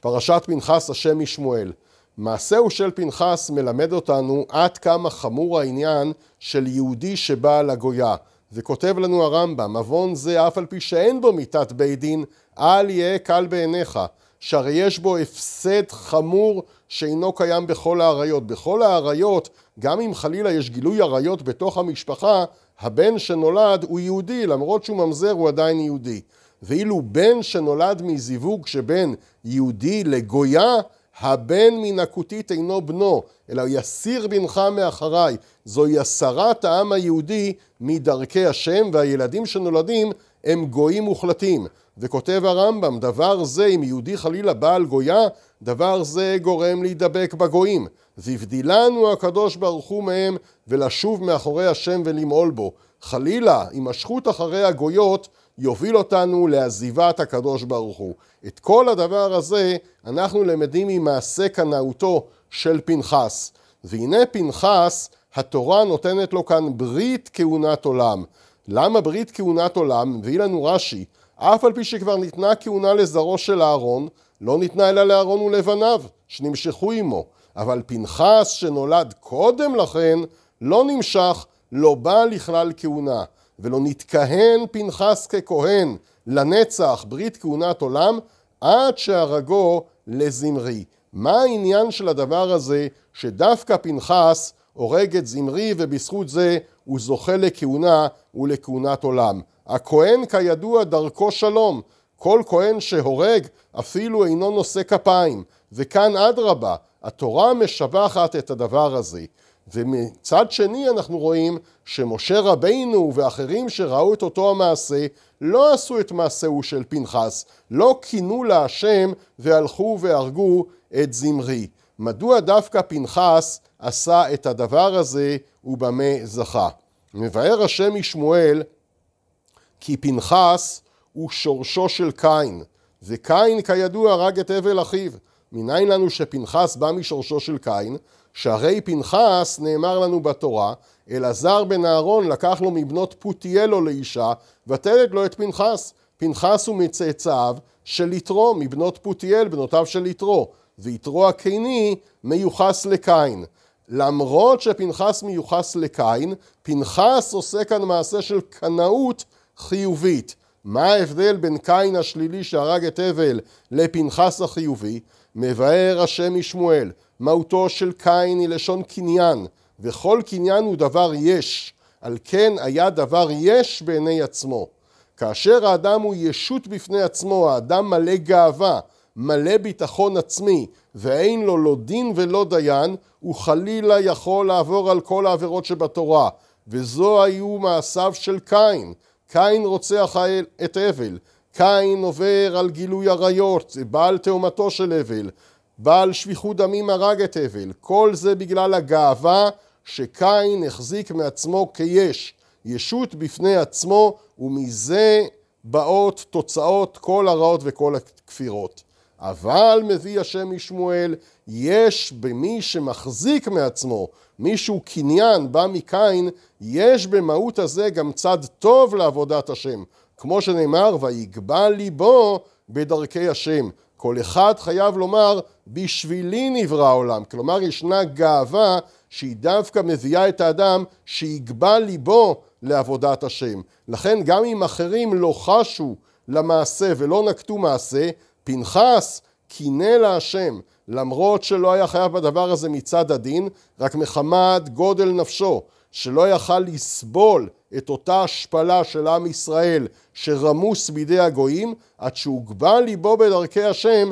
פרשת פנחס השם משמואל. מעשהו של פנחס מלמד אותנו עד כמה חמור העניין של יהודי שבא לגויה. וכותב לנו הרמב"ם, עוון זה אף על פי שאין בו מיתת בית דין, אל יהיה קל בעיניך, שהרי יש בו הפסד חמור שאינו קיים בכל העריות. בכל העריות, גם אם חלילה יש גילוי עריות בתוך המשפחה, הבן שנולד הוא יהודי, למרות שהוא ממזר הוא עדיין יהודי. ואילו בן שנולד מזיווג שבין יהודי לגויה, הבן מן הכותית אינו בנו, אלא יסיר בנך מאחריי. זוהי הסרת העם היהודי מדרכי השם, והילדים שנולדים הם גויים מוחלטים. וכותב הרמב"ם, דבר זה, אם יהודי חלילה בעל גויה, דבר זה גורם להידבק בגויים. והבדילנו הקדוש ברוך הוא מהם ולשוב מאחורי השם ולמעול בו. חלילה, הימשכות אחרי הגויות יוביל אותנו לעזיבת הקדוש ברוך הוא. את כל הדבר הזה אנחנו למדים ממעשה קנאותו של פנחס. והנה פנחס, התורה נותנת לו כאן ברית כהונת עולם. למה ברית כהונת עולם? מביא לנו רש"י, אף על פי שכבר ניתנה כהונה לזרעו של אהרון, לא ניתנה אלא לאהרון ולבניו, שנמשכו עמו. אבל פנחס שנולד קודם לכן, לא נמשך, לא בא לכלל כהונה. ולא נתכהן פנחס ככהן לנצח ברית כהונת עולם, עד שהרגו לזמרי. מה העניין של הדבר הזה שדווקא פנחס הורג את זמרי, ובזכות זה הוא זוכה לכהונה ולכהונת עולם? הכהן כידוע דרכו שלום, כל כהן שהורג אפילו אינו נושא כפיים, וכאן אדרבה, התורה משבחת את הדבר הזה. ומצד שני אנחנו רואים שמשה רבינו ואחרים שראו את אותו המעשה לא עשו את מעשהו של פנחס, לא כינו להשם והלכו והרגו את זמרי. מדוע דווקא פנחס עשה את הדבר הזה ובמה זכה? מבאר השם משמואל כי פנחס הוא שורשו של קין, וקין כידוע הרג את הבל אחיו. מניין לנו שפנחס בא משורשו של קין? שהרי פנחס נאמר לנו בתורה, אלעזר בן אהרון לקח לו מבנות פותיאלו לאישה, ותלד לו את פנחס. פנחס הוא מצאצאיו של יתרו, מבנות פותיאל, בנותיו של יתרו, ויתרו הקיני מיוחס לקין. למרות שפנחס מיוחס לקין, פנחס עושה כאן מעשה של קנאות חיובית. מה ההבדל בין קין השלילי שהרג את הבל לפנחס החיובי? מבאר השם משמואל, מהותו של קין היא לשון קניין, וכל קניין הוא דבר יש, על כן היה דבר יש בעיני עצמו. כאשר האדם הוא ישות בפני עצמו, האדם מלא גאווה, מלא ביטחון עצמי, ואין לו לא דין ולא דיין, הוא חלילה יכול לעבור על כל העבירות שבתורה, וזו היו מעשיו של קין. קין רוצח את הבל, קין עובר על גילוי עריות, זה בעל תאומתו של הבל, בעל שפיכות דמים הרג את הבל. כל זה בגלל הגאווה שקין החזיק מעצמו כיש, ישות בפני עצמו, ומזה באות תוצאות כל הרעות וכל הכפירות. אבל מביא השם משמואל, יש במי שמחזיק מעצמו, מישהו קניין בא מקין, יש במהות הזה גם צד טוב לעבודת השם. כמו שנאמר, ויגבה ליבו בדרכי השם. כל אחד חייב לומר, בשבילי נברא העולם. כלומר, ישנה גאווה שהיא דווקא מביאה את האדם שיגבה ליבו לעבודת השם. לכן גם אם אחרים לא חשו למעשה ולא נקטו מעשה, פנחס קינא להשם, למרות שלא היה חייב בדבר הזה מצד הדין, רק מחמת גודל נפשו, שלא יכל לסבול את אותה השפלה של עם ישראל שרמוס בידי הגויים, עד שהוגבה ליבו בדרכי השם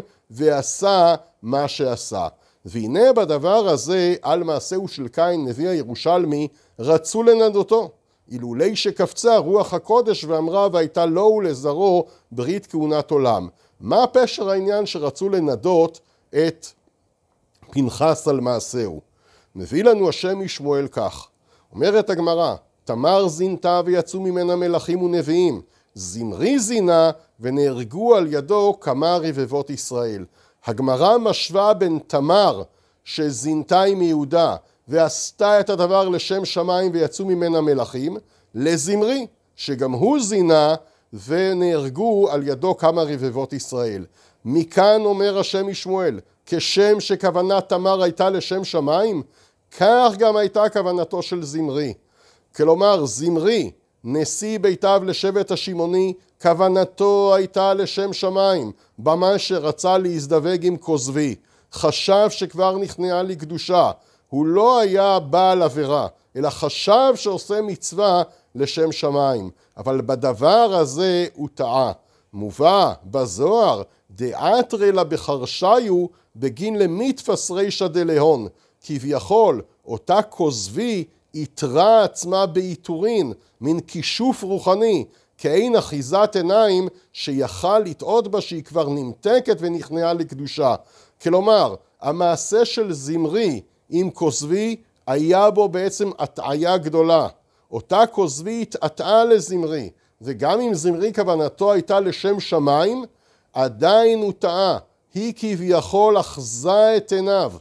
ועשה מה שעשה. והנה בדבר הזה, על מעשהו של קין, נביא הירושלמי, רצו לנדותו. אילולי שקפצה רוח הקודש ואמרה, והייתה לו ולזרעו ברית כהונת עולם. מה פשר העניין שרצו לנדות את פנחס על מעשהו? מביא לנו השם משמואל כך, אומרת הגמרא, תמר זינתה ויצאו ממנה מלכים ונביאים, זמרי זינה ונהרגו על ידו כמה רבבות ישראל. הגמרא משווה בין תמר שזינתה עם יהודה ועשתה את הדבר לשם שמיים ויצאו ממנה מלכים, לזמרי שגם הוא זינה ונהרגו על ידו כמה רבבות ישראל. מכאן אומר השם משמואל, כשם שכוונת תמר הייתה לשם שמיים, כך גם הייתה כוונתו של זמרי. כלומר, זמרי, נשיא ביתיו לשבט השמעוני, כוונתו הייתה לשם שמיים, במה שרצה להזדווג עם כוזבי. חשב שכבר נכנעה לקדושה. הוא לא היה בעל עבירה, אלא חשב שעושה מצווה לשם שמיים. אבל בדבר הזה הוא טעה. מובא בזוהר, דאתרי לה בחרשיו בגין למיתפס רישא דלהון. כביכול, אותה כוזבי יתרה עצמה בעיטורין, מין כישוף רוחני, כאין אחיזת עיניים שיכל לטעות בה שהיא כבר נמתקת ונכנעה לקדושה. כלומר, המעשה של זמרי עם כוזבי היה בו בעצם הטעיה גדולה. אותה כוזבי התעתעה לזמרי, וגם אם זמרי כוונתו הייתה לשם שמיים, עדיין הוא טעה. היא כביכול אחזה את עיניו,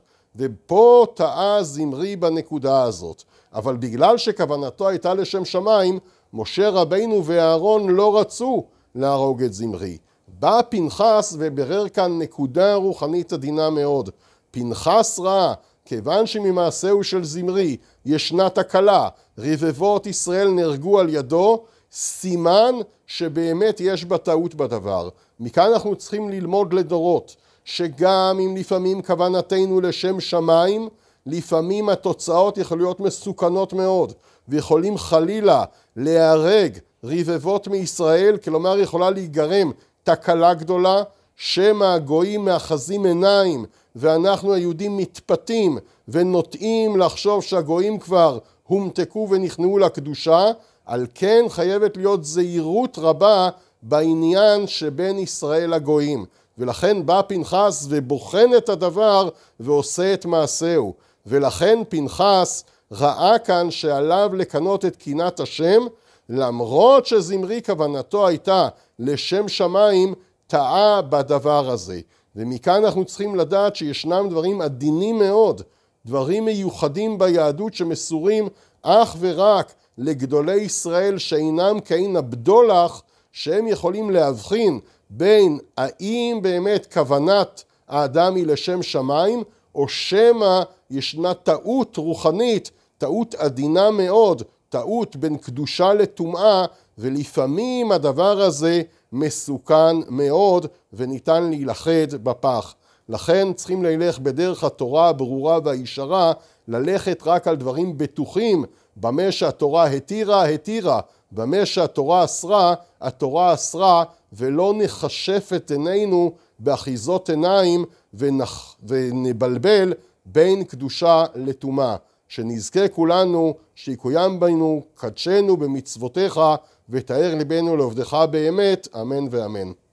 ופה טעה זמרי בנקודה הזאת. אבל בגלל שכוונתו הייתה לשם שמיים, משה רבינו ואהרון לא רצו להרוג את זמרי. בא פנחס וברר כאן נקודה רוחנית עדינה מאוד. פנחס ראה, כיוון שממעשהו של זמרי ישנה תקלה, רבבות ישראל נהרגו על ידו, סימן שבאמת יש בה טעות בדבר. מכאן אנחנו צריכים ללמוד לדורות, שגם אם לפעמים כוונתנו לשם שמיים, לפעמים התוצאות יכולות להיות מסוכנות מאוד, ויכולים חלילה להרג רבבות מישראל, כלומר יכולה להיגרם תקלה גדולה, שמא הגויים מאחזים עיניים, ואנחנו היהודים מתפתים ונוטים לחשוב שהגויים כבר הומתקו ונכנעו לקדושה. על כן חייבת להיות זהירות רבה בעניין שבין ישראל לגויים. ולכן בא פנחס ובוחן את הדבר ועושה את מעשהו. ולכן פנחס ראה כאן שעליו לקנות את קינת השם, למרות שזמרי כוונתו הייתה לשם שמיים, טעה בדבר הזה. ומכאן אנחנו צריכים לדעת שישנם דברים עדינים מאוד, דברים מיוחדים ביהדות שמסורים אך ורק לגדולי ישראל שאינם כאין הבדולח, שהם יכולים להבחין בין האם באמת כוונת האדם היא לשם שמיים, או שמא ישנה טעות רוחנית, טעות עדינה מאוד, טעות בין קדושה לטומאה, ולפעמים הדבר הזה מסוכן מאוד וניתן להילכד בפח. לכן צריכים ללך בדרך התורה הברורה והישרה, ללכת רק על דברים בטוחים, במה שהתורה התירה, במה שהתורה אסרה, התורה אסרה, ולא נחשף את עינינו באחיזות עיניים ונבלבל בין קדושה לטומאה. שנזכה כולנו שיקוים בנו, קדשנו במצוותיך, ותאר ליבנו לעובדך באמת, אמן ואמן.